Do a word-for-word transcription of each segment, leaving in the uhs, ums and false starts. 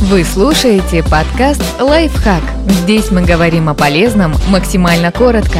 Вы слушаете подкаст «Лайфхак». Здесь мы говорим о полезном максимально коротко.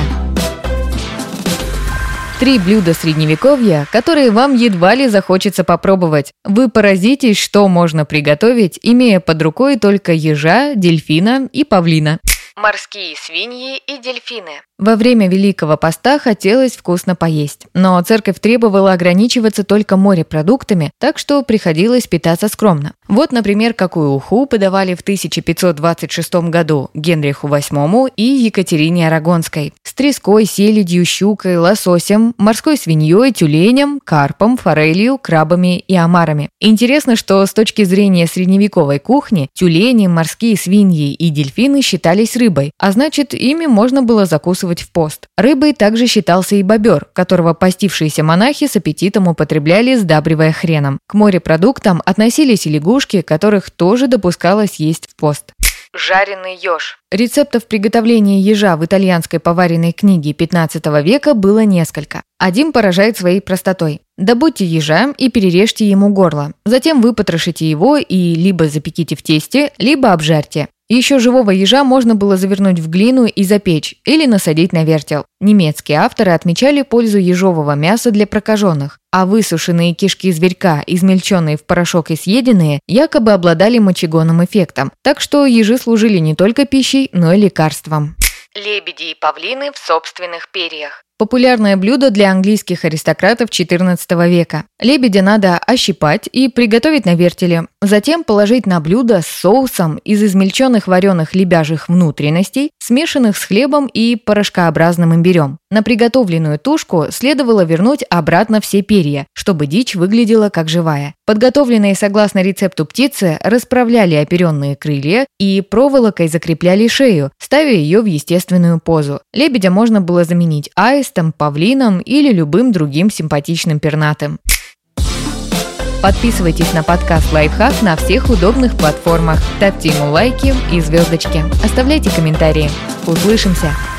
Три блюда средневековья, которые вам едва ли захочется попробовать. Вы поразитесь, что можно приготовить, имея под рукой только ежа, дельфина и павлина. Морские свиньи и дельфины. Во время Великого Поста хотелось вкусно поесть, но церковь требовала ограничиваться только морепродуктами, так что приходилось питаться скромно. Вот, например, какую уху подавали в тысяча пятьсот двадцать шестом году Генриху восьмому и Екатерине Арагонской. С треской, селедью, щукой, лососем, морской свиньей, тюленем, карпом, форелью, крабами и омарами. Интересно, что с точки зрения средневековой кухни тюлени, морские свиньи и дельфины считались рыбой, а значит, ими можно было закусывать в пост. Рыбой также считался и бобер, которого постившиеся монахи с аппетитом употребляли, сдабривая хреном. К морепродуктам относились и лягушки, которых тоже допускалось есть в пост. Жареный еж. Рецептов приготовления ежа в итальянской поваренной книге пятнадцатого века было несколько. Один поражает своей простотой. Добудьте ежа и перережьте ему горло. Затем выпотрошите его и либо запеките в тесте, либо обжарьте. Еще живого ежа можно было завернуть в глину и запечь или насадить на вертел. Немецкие авторы отмечали пользу ежового мяса для прокаженных, а высушенные кишки зверька, измельченные в порошок и съеденные, якобы обладали мочегонным эффектом, так что ежи служили не только пищей, но и лекарством. Лебеди и павлины в собственных перьях. Популярное блюдо для английских аристократов четырнадцатого века. Лебедя надо ощипать и приготовить на вертеле, затем положить на блюдо с соусом из измельченных вареных лебяжьих внутренностей, смешанных с хлебом и порошкообразным имбирем. На приготовленную тушку следовало вернуть обратно все перья, чтобы дичь выглядела как живая. Подготовленные согласно рецепту птицы расправляли оперенные крылья и проволокой закрепляли шею, ставя ее в естественную позу. Лебедя можно было заменить аистом, павлином или любым другим симпатичным пернатым. Подписывайтесь на подкаст «Лайфхак» на всех удобных платформах, ставьте ему лайки и звездочки, оставляйте комментарии. Услышимся!